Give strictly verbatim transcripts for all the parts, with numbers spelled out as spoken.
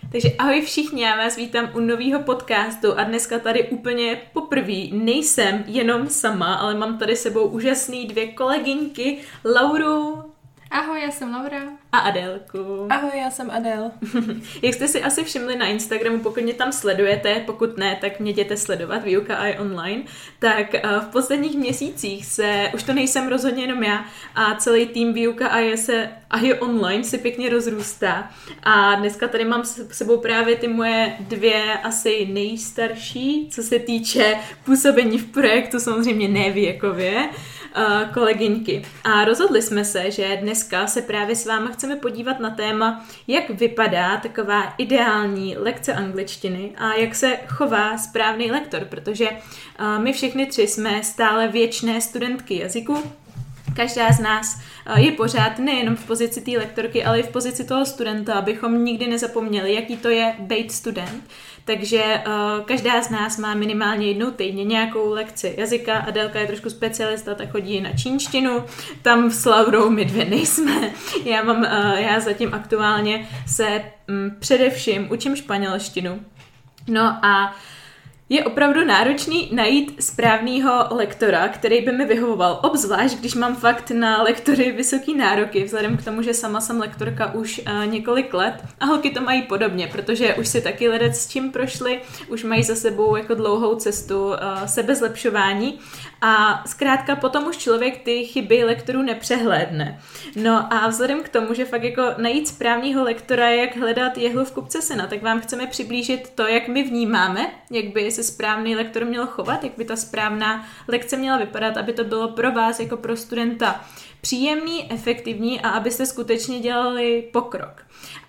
Takže ahoj všichni, já vás vítám u nového podcastu a dneska tady úplně poprvé nejsem jenom sama, ale mám tady sebou úžasný dvě kolegyňky, Lauru. Ahoj, já jsem Laura. A Adélku. Ahoj, já jsem Adél. Jak jste si asi všimli na Instagramu, pokud mě tam sledujete, pokud ne, tak mě jděte sledovat, Výuka A I online, tak v posledních měsících se, už to nejsem rozhodně jenom já, a celý tým Výuka A I se A I online si pěkně rozrůstá. A dneska tady mám s sebou právě ty moje dvě asi nejstarší, co se týče působení v projektu, samozřejmě ne věkově, kolegyňky. A rozhodli jsme se, že dneska se právě s váma chceme podívat na téma, jak vypadá taková ideální lekce angličtiny a jak se chová správný lektor, protože my všechny tři jsme stále věčné studentky jazyku. Každá z nás je pořád nejenom v pozici té lektorky, ale i v pozici toho studenta, abychom nikdy nezapomněli, jaký to je být student. Takže uh, každá z nás má minimálně jednou týdně nějakou lekci jazyka. Adélka je trošku specialista, tak chodí na čínštinu. Tam s Laurou my dvě nejsme. Já, mám, uh, já zatím aktuálně se um, především učím španělštinu. No a je opravdu náročný najít správného lektora, který by mi vyhovoval, obzvlášť když mám fakt na lektory vysoký nároky, vzhledem k tomu, že sama jsem lektorka už uh, několik let a holky to mají podobně, protože už si taky ledec s čím prošli, už mají za sebou jako dlouhou cestu uh, sebezlepšování a zkrátka potom už člověk ty chyby lektorů nepřehlédne. No a vzhledem k tomu, že fakt jako najít správného lektora je jak hledat jehlu v kupce sena, tak vám chceme přiblížit to, jak my vnímáme, jak by se správný lektor měl chovat, jak by ta správná lekce měla vypadat, aby to bylo pro vás jako pro studenta příjemný, efektivní a abyste skutečně dělali pokrok.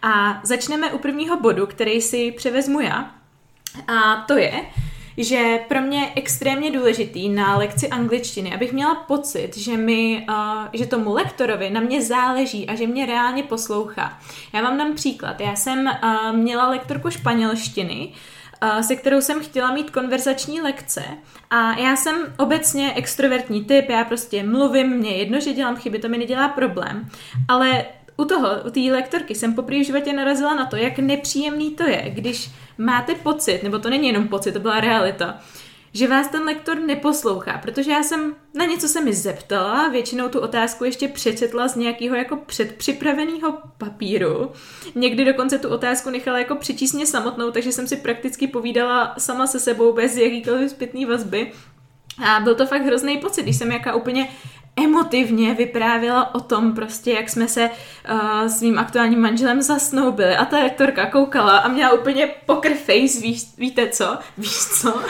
A začneme u prvního bodu, který si převezmu já. A to je, že pro mě je extrémně důležitý na lekci angličtiny, abych měla pocit, že, mi, uh, že tomu lektorovi na mě záleží a že mě reálně poslouchá. Já vám dám příklad. Já jsem uh, měla lektorku španělštiny, se kterou jsem chtěla mít konverzační lekce a já jsem obecně extrovertní typ, já prostě mluvím, mě jedno, že dělám chyby, to mi nedělá problém, ale u toho, u té lektorky jsem poprvé v životě narazila na to, jak nepříjemný to je, když máte pocit, nebo to není jenom pocit, to byla realita, že vás ten lektor neposlouchá, protože já jsem na něco se mi zeptala, většinou tu otázku ještě přečetla z nějakého jako předpřipraveného papíru. Někdy dokonce tu otázku nechala jako přečíst mě samotnou, takže jsem si prakticky povídala sama se sebou bez jakýkoliv zpětný vazby. A byl to fakt hrozný pocit, když jsem jaká úplně emotivně vyprávěla o tom prostě, jak jsme se uh, s mým aktuálním manželem zasnoubili a ta lektorka koukala a měla úplně poker face, víš, víte co? Víš co?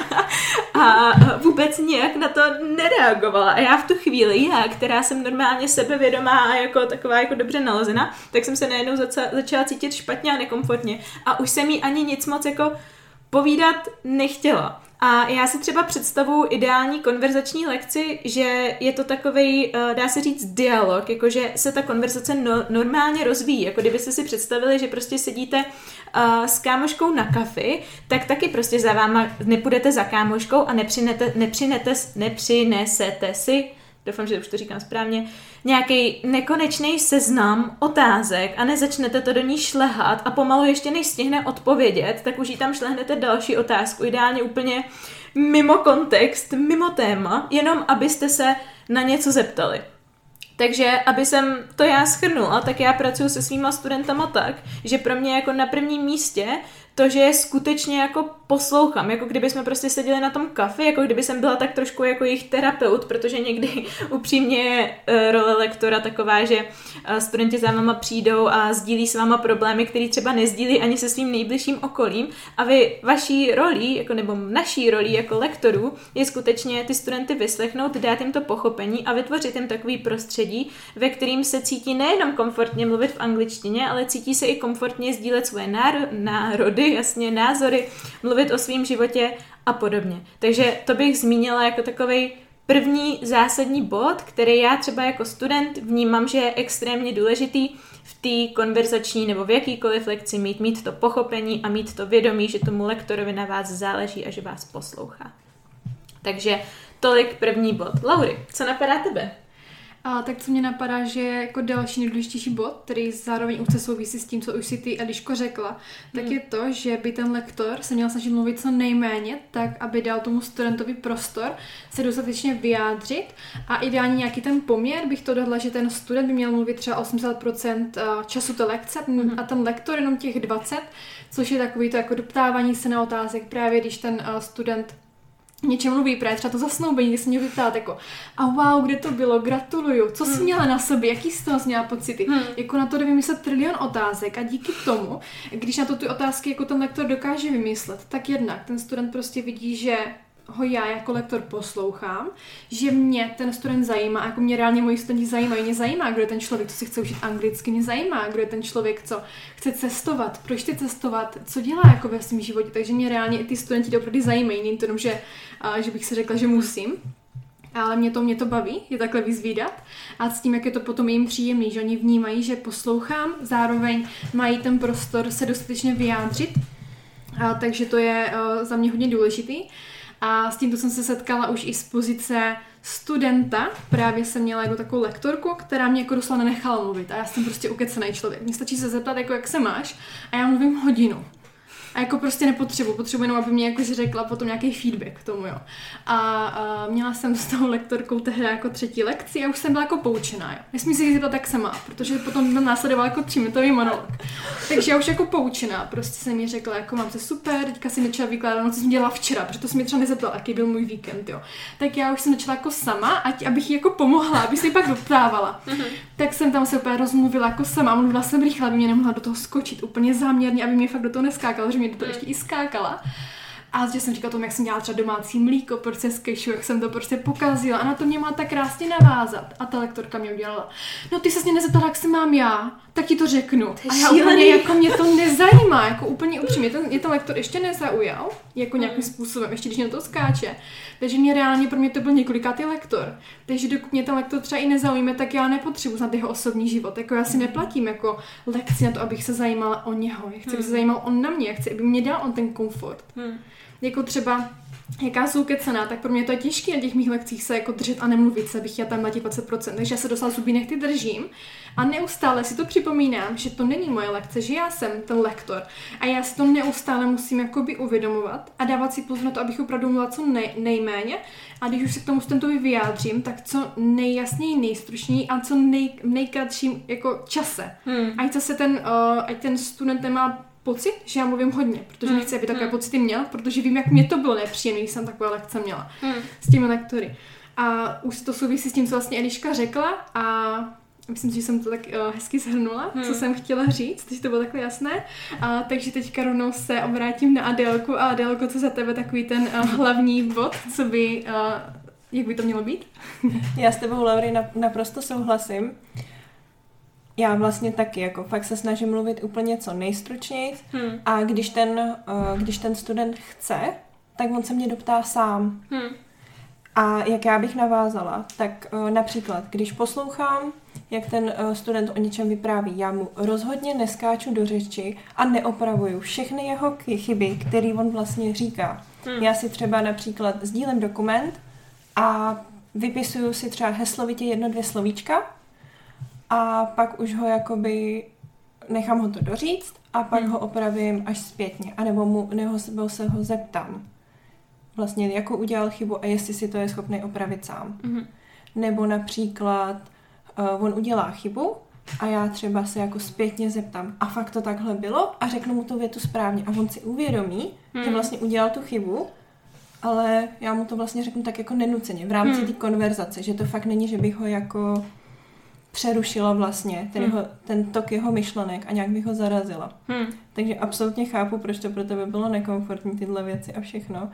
A vůbec nějak na to nereagovala a já v tu chvíli, já, která jsem normálně sebevědomá a jako taková jako dobře nalazená, tak jsem se najednou zaca- začala cítit špatně a nekomfortně a už jsem jí ani nic moc jako povídat nechtěla. A já si třeba představuji ideální konverzační lekci, že je to takovej, dá se říct, dialog, jakože se ta konverzace no, normálně rozvíjí, jako kdybyste si představili, že prostě sedíte uh, s kámoškou na kafi, tak taky prostě za váma nepůjdete za kámoškou a nepřinete, nepřinete, nepřinesete si, doufám, že už to říkám správně, nějaký nekonečný seznam otázek a nezačnete to do ní šlehat a pomalu ještě než stihne odpovědět, tak už jí tam šlehnete další otázku, ideálně úplně mimo kontext, mimo téma, jenom abyste se na něco zeptali. Takže, aby jsem to já shrnula, tak já pracuji se svýma studentama tak, že pro mě jako na prvním místě to, že je skutečně jako poslouchám, jako kdyby jsme prostě seděli na tom kafi, jako kdyby jsem byla tak trošku jako jejich terapeut, protože někdy upřímně je role lektora taková, že studenti za váma přijdou a sdílí s váma problémy, které třeba nezdílí ani se svým nejbližším okolím a vy vaší rolí, jako nebo naší rolí jako lektorů je skutečně ty studenty vyslechnout, dát jim to pochopení a vytvořit jim takový prostředí, ve kterým se cítí nejenom komfortně mluvit v angličtině, ale cítí se i komfortně sdílet svoje náro- národy, jasně názory, mluvit o svém životě a podobně. Takže to bych zmínila jako takovej první zásadní bod, který já třeba jako student vnímám, že je extrémně důležitý v té konverzační nebo v jakýkoliv lekci mít, mít to pochopení a mít to vědomí, že tomu lektorovi na vás záleží a že vás poslouchá. Takže tolik první bod. Laury, co napadá tebe? A tak co mě napadá, že jako další nejdůležitější bod, který zároveň úzce souvisí s tím, co už si ty, Eliško, řekla, tak hmm. je to, že by ten lektor se měl snažit mluvit co nejméně, tak aby dal tomu studentovi prostor se dostatečně vyjádřit a ideálně nějaký ten poměr bych to dodala, že ten student by měl mluvit třeba osmdesát procent času té lekce hmm. a ten lektor jenom těch dvacet, což je takový to jako doptávání se na otázek, právě když ten student něčem mluví, právě třeba to zasnoubení, kdy se mě vyptát jako a wow, kde to bylo, gratuluju, co jsi hmm. měla na sobě, jaký z toho jsi měla pocity, hmm. jako na to jde vymyslet trilion otázek a díky tomu, když na to ty otázky jako ten lektor dokáže vymyslet, tak jednak ten student prostě vidí, že ho já jako lektor poslouchám, že mě ten student zajímá, jako mě reálně moji studenti zajímají, mě zajímá, kdo je ten člověk, co si chce učit anglicky, mě zajímá, kdo je ten člověk, co chce cestovat, proč chce cestovat, co dělá jako ve svém životě, takže mě reálně i ty studenti opravdu zajímají, není to jenom, že, a, že bych si řekla, že musím, ale mě to, mě to baví, je takhle vyzvídat a s tím, jak je to potom jim příjemný, že oni vnímají, že poslouchám, zároveň mají ten prostor se dostatečně vyjádřit, a, takže to je a, za mě hodně důležitý. A s tímto jsem se setkala už i z pozice studenta. Právě jsem měla jako takovou lektorku, která mě jako doslova nenechala mluvit. A já jsem prostě ukecený člověk. Mně stačí se zeptat, jako jak se máš, a já mluvím hodinu. A jako prostě nepotřebuji, potřebuji jenom, aby mě jakože řekla potom nějaký feedback k tomu, jo. A, a měla jsem s tou lektorkou tehdy jako třetí lekci a už jsem byla jako poučená, jo. Nesmím si zeptat, jak se má, protože potom tam následoval jako tříminutový monolog. Takže já už jako poučená, prostě jsem mi řekla, jako mám se super, teďka si začala vykládat, no, co jsem dělala včera, protože to jsem mi třeba nezeptala, jaký byl můj víkend, jo. Tak já už jsem začala jako sama, ať, abych jí jako pomohla, aby si ji pak doptávala. Mm-hmm. Tak jsem tam se úplně rozmluvila jako sama, mluvila jsem rychle, aby mě nemohla do toho skočit úplně záměrně, aby mě fakt do toho neskákala, že mě do toho ještě i skákala. A že jsem říkala tomu, jak jsem dělala třeba domácí mlíko, prostě z kešu, jak jsem to prostě pokazila a na to mě má tak krásně navázat. A ta lektorka mě udělala, no ty ses mě nezeptala, jak se mám já, tak ti to řeknu. To a já šílený. Úplně, jako mě to nezajímá, jako úplně upřímně, ten, mě ten lektor ještě nezaujal, jako nějakým způsobem, ještě když mě to skáče. Takže mě reálně, pro mě to byl několikátý lektor. Takže dokud mě ten lektor třeba i nezaujme, tak já nepotřebuji znát jeho osobní život. Jako já si neplatím jako lekci na to, abych se zajímala o něho. Já chci, aby se zajímal on na mě, já chci, aby mě dal on ten komfort. Hmm. Jako třeba, jaká jsou kecená, tak pro mě to je těžké na těch mých lekcích se jako držet a nemluvit se, bych já tam na těch dvacet procent, takže já se dostala zuby nechty držím a neustále si to připomínám, že to není moje lekce, že já jsem ten lektor a já si to neustále musím jakoby uvědomovat a dávat si pozor na to, abych opravdu mluvila co nej, nejméně a když už se k tomu studentovi vyjádřím, tak co nejjasněji, nejstručněji a co nej, nejkratším jako čase. Hmm. Ať zase ten, uh, ať ten student nemá pocit, že já mluvím hodně, protože nechci, aby takové hmm. pocity měl, protože vím, jak mě to bylo nepříjemné, když jsem takové lekce měla hmm. s těmi lektory. A už to souvisí s tím, co vlastně Eliška řekla a myslím si, že jsem to tak uh, hezky shrnula, hmm. co jsem chtěla říct, takže to bylo takhle jasné. A, takže teďka rovnou se obrátím na Adélku a Adélko, co za tebe takový ten uh, hlavní bod, co by, uh, jak by to mělo být? Já s tebou, Lauri, naprosto souhlasím. Já vlastně taky, jako fakt se snažím mluvit úplně co nejstručněji hmm. a když ten, uh, když ten student chce, tak on se mě doptá sám. Hmm. A jak já bych navázala, tak uh, například, když poslouchám, jak ten uh, student o něčem vypráví, já mu rozhodně neskáču do řeči a neopravuju všechny jeho chyby, které on vlastně říká. Hmm. Já si třeba například sdílím dokument a vypisuju si třeba heslovitě jedno, dvě slovíčka, a pak už ho jakoby nechám ho to doříct a pak hmm. ho opravím až zpětně. A nebo, mu, nebo se ho zeptám. Vlastně jako udělal chybu a jestli si to je schopný opravit sám. Hmm. Nebo například uh, on udělá chybu a já třeba se jako zpětně zeptám a fakt to takhle bylo a řeknu mu tu větu správně. A on si uvědomí, hmm. že vlastně udělal tu chybu, ale já mu to vlastně řeknu tak jako nenuceně v rámci hmm. té konverzace, že to fakt není, že bych ho jako přerušila vlastně ten, hmm. jeho, ten tok jeho myšlenek a nějak bych ho zarazila. Hmm. Takže absolutně chápu, proč to pro tebe bylo nekomfortní tyhle věci a všechno.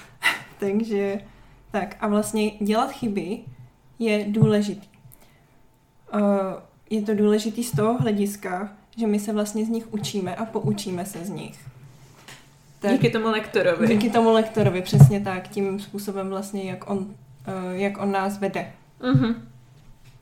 Takže tak a vlastně dělat chyby je důležitý. Uh, je to důležitý z toho hlediska, že my se vlastně z nich učíme a poučíme se z nich. Tak, díky tomu lektorovi. Díky tomu lektorovi, přesně tak, tím způsobem vlastně, jak on, uh, jak on nás vede. Mhm.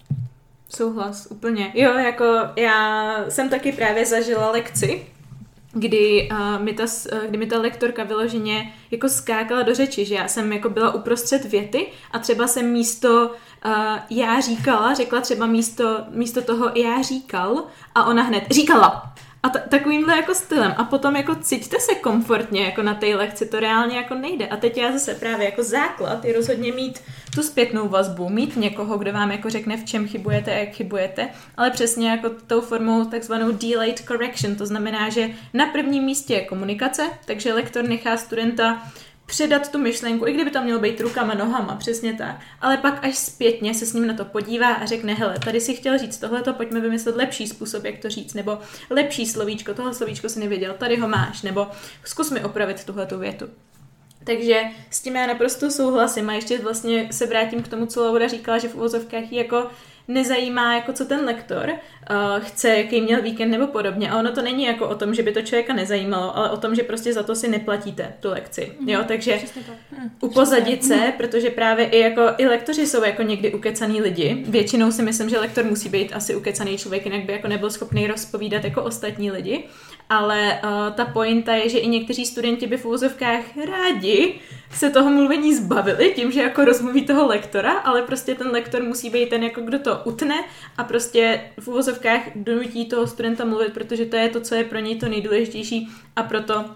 Souhlas, úplně. Jo, jako já jsem taky právě zažila lekci kdy, uh, mi ta, uh, kdy mi ta lektorka vyloženě jako skákala do řeči, že já jsem jako byla uprostřed věty a třeba jsem místo uh, já říkala, řekla třeba místo, místo toho já říkal a ona hned říkala. A t- takovýmhle jako stylem. A potom jako cítíte se komfortně jako na té lekci, to reálně jako nejde. A teď já zase právě jako základ je rozhodně mít tu zpětnou vazbu, mít někoho, kdo vám jako řekne, v čem chybujete a jak chybujete, ale přesně jako tou formou takzvanou delayed correction, to znamená, že na prvním místě je komunikace, takže lektor nechá studenta předat tu myšlenku, i kdyby tam mělo být rukama, nohama, přesně tak. Ale pak až zpětně se s ním na to podívá a řekne, hele, tady si chtěl říct tohleto, pojďme vymyslet lepší způsob, jak to říct, nebo lepší slovíčko, tohle slovíčko si nevěděl, tady ho máš, nebo zkus mi opravit tuhletu větu. Takže s tím já naprosto souhlasím a ještě vlastně se vrátím k tomu, co Laura říkala, že v uvozovkách jako nezajímá, jako co ten lektor uh, chce, jaký měl víkend nebo podobně. A ono to není jako o tom, že by to člověka nezajímalo, ale o tom, že prostě za to si neplatíte tu lekci. Mm, jo, takže hm, upozadit se, mm. protože právě i jako i lektoři jsou jako někdy ukecaný lidi. Většinou si myslím, že lektor musí být asi ukecaný člověk, jinak by jako nebyl schopný rozpovídat jako ostatní lidi. Ale uh, ta pointa je, že i někteří studenti by v uvozovkách rádi se toho mluvení zbavili tím, že jako rozmluví toho lektora, ale prostě ten lektor musí být ten, jako kdo to utne a prostě v uvozovkách donutí toho studenta mluvit, protože to je to, co je pro něj to nejdůležitější a proto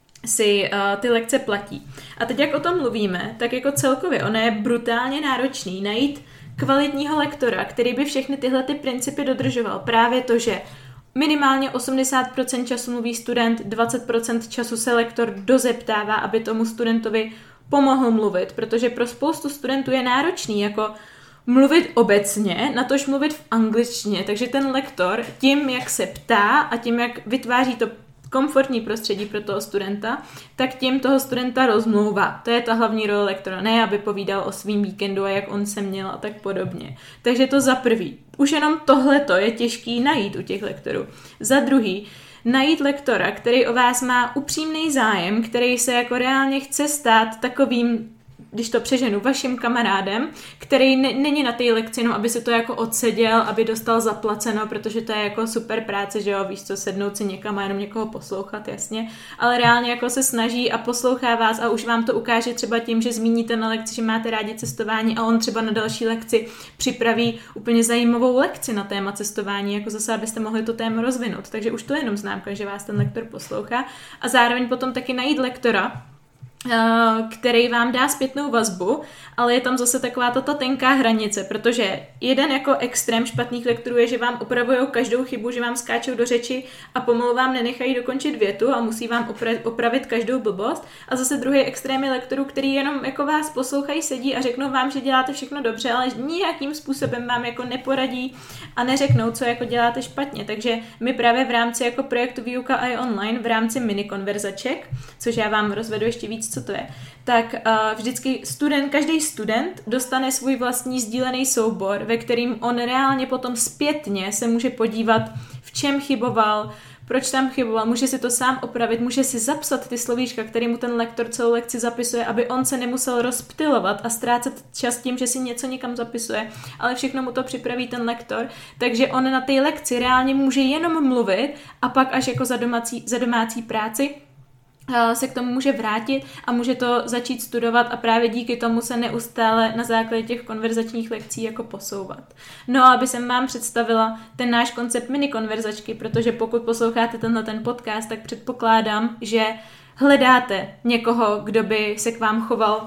si uh, ty lekce platí. A teď, jak o tom mluvíme, tak jako celkově ono je brutálně náročný najít kvalitního lektora, který by všechny tyhle ty principy dodržoval. Právě to, že minimálně osmdesát procent času mluví student, dvacet procent času se lektor dozeptává, aby tomu studentovi pomohl mluvit, protože pro spoustu studentů je náročný jako mluvit obecně, natož mluvit v angličtině, takže ten lektor tím, jak se ptá a tím, jak vytváří to komfortní prostředí pro toho studenta, tak tím toho studenta rozmlouvá. To je ta hlavní role lektora, ne aby povídal o svým víkendu a jak on se měl a tak podobně. Takže to za prvý. Už jenom tohleto je těžký najít u těch lektorů. Za druhý, najít lektora, který o vás má upřímný zájem, který se jako reálně chce stát takovým, když to přeženu, vaším kamarádem, který ne, není na té lekci jenom, aby se to jako odseděl, aby dostal zaplaceno, protože to je jako super práce, že jo, víš co, sednout si někam a jenom někoho poslouchat, jasně, ale reálně jako se snaží a poslouchá vás a už vám to ukáže třeba tím, že zmíníte na lekci, že máte rádi cestování a on třeba na další lekci připraví úplně zajímavou lekci na téma cestování, jako zase, abyste mohli to téma rozvinout. Takže už to je jenom známka, že vás ten lektor poslouchá a zároveň potom taky najít lektora, který vám dá zpětnou vazbu, ale je tam zase taková ta tenká hranice, protože jeden jako extrém špatných lektorů je, že vám opravujou každou chybu, že vám skáčou do řeči a pomalu vám nenechají dokončit větu a musí vám opra- opravit každou blbost. A zase druhý extrém je lektorů, který jenom jako vás poslouchají, sedí a řeknou vám, že děláte všechno dobře, ale nijakým způsobem vám jako neporadí a neřeknou, co jako děláte špatně. Takže my právě v rámci jako projektu Výuka A I online, v rámci mini konverzaček, což já vám rozvedu ještě víc, co to je, tak uh, vždycky student, každý student dostane svůj vlastní sdílený soubor, ve kterým on reálně potom zpětně se může podívat, v čem chyboval, proč tam chyboval, může si to sám opravit, může si zapsat ty slovíčka, který mu ten lektor celou lekci zapisuje, aby on se nemusel rozptylovat a ztrácet čas tím, že si něco někam zapisuje, ale všechno mu to připraví ten lektor, takže on na té lekci reálně může jenom mluvit a pak až jako za domácí, za domácí práci se k tomu může vrátit a může to začít studovat a právě díky tomu se neustále na základě těch konverzačních lekcí jako posouvat. No a aby jsem vám představila ten náš koncept mini konverzačky, protože pokud posloucháte tenhle ten podcast, tak předpokládám, že hledáte někoho, kdo by se k vám choval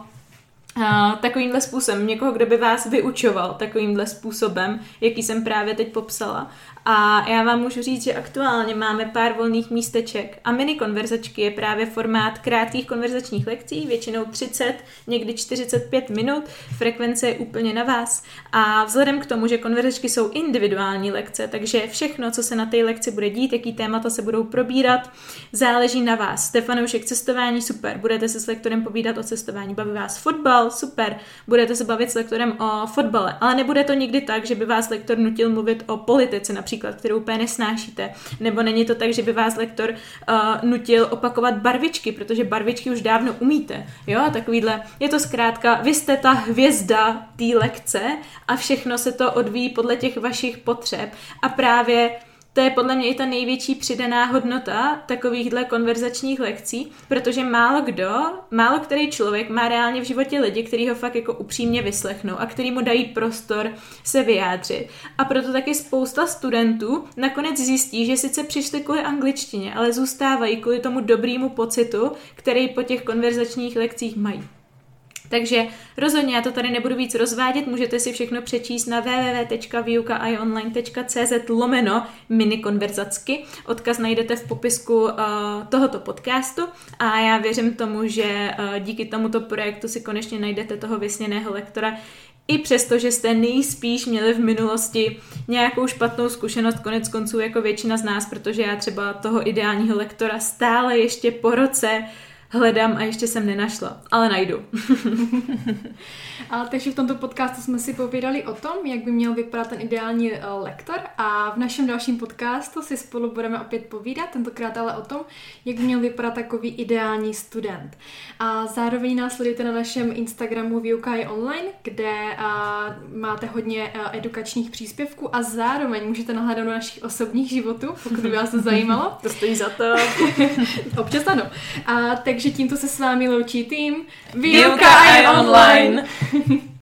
Uh, takovýmhle způsobem, někoho, kdo by vás vyučoval takovýmhle způsobem, jaký jsem právě teď popsala. A já vám můžu říct, že aktuálně máme pár volných místeček a mini konverzačky je právě formát krátkých konverzačních lekcí, většinou třicet, někdy čtyřicet pět minut, frekvence je úplně na vás. A vzhledem k tomu, že konverzačky jsou individuální lekce, takže všechno, co se na té lekci bude dít, jaký témata se budou probírat, záleží na vás. Jste fanoušek cestování, super, budete se s lektorem povídat o cestování, baví vás fotbal, super, budete se bavit s lektorem o fotbale, ale nebude to nikdy tak, že by vás lektor nutil mluvit o politice například, kterou úplně nesnášíte, nebo není to tak, že by vás lektor uh, nutil opakovat barvičky, protože barvičky už dávno umíte, jo, a takovýhle, je to zkrátka, vy jste ta hvězda té lekce a všechno se to odvíjí podle těch vašich potřeb a právě to je podle mě i ta největší přidaná hodnota takovýchhle konverzačních lekcí, protože málo kdo, málo který člověk má reálně v životě lidi, kteří ho fakt jako upřímně vyslechnou a který mu dají prostor se vyjádřit. A proto taky spousta studentů nakonec zjistí, že sice přišli kvůli angličtině, ale zůstávají kvůli tomu dobrýmu pocitu, který po těch konverzačních lekcích mají. Takže rozhodně já to tady nebudu víc rozvádět, můžete si všechno přečíst na w w w tečka výuka i online tečka c z lomeno minikonverzacky. Odkaz najdete v popisku uh, tohoto podcastu a já věřím tomu, že uh, díky tomuto projektu si konečně najdete toho vysněného lektora, i přesto, že jste nejspíš měli v minulosti nějakou špatnou zkušenost, konec konců jako většina z nás, protože já třeba toho ideálního lektora stále ještě po roce hledám a ještě jsem nenašla, ale najdu. A takže v tomto podcastu jsme si povídali o tom, jak by měl vypadat ten ideální uh, lektor a v našem dalším podcastu si spolu budeme opět povídat, tentokrát ale o tom, jak by měl vypadat takový ideální student. A zároveň nás sledujte na našem Instagramu Výuka je online, kde uh, máte hodně uh, edukačních příspěvků a zároveň můžete nahlédnout do našich osobních životů, pokud by vás to zajímalo. To stojí za to. Občas ano. A takže tímto se s vámi loučí tým Výuka je online.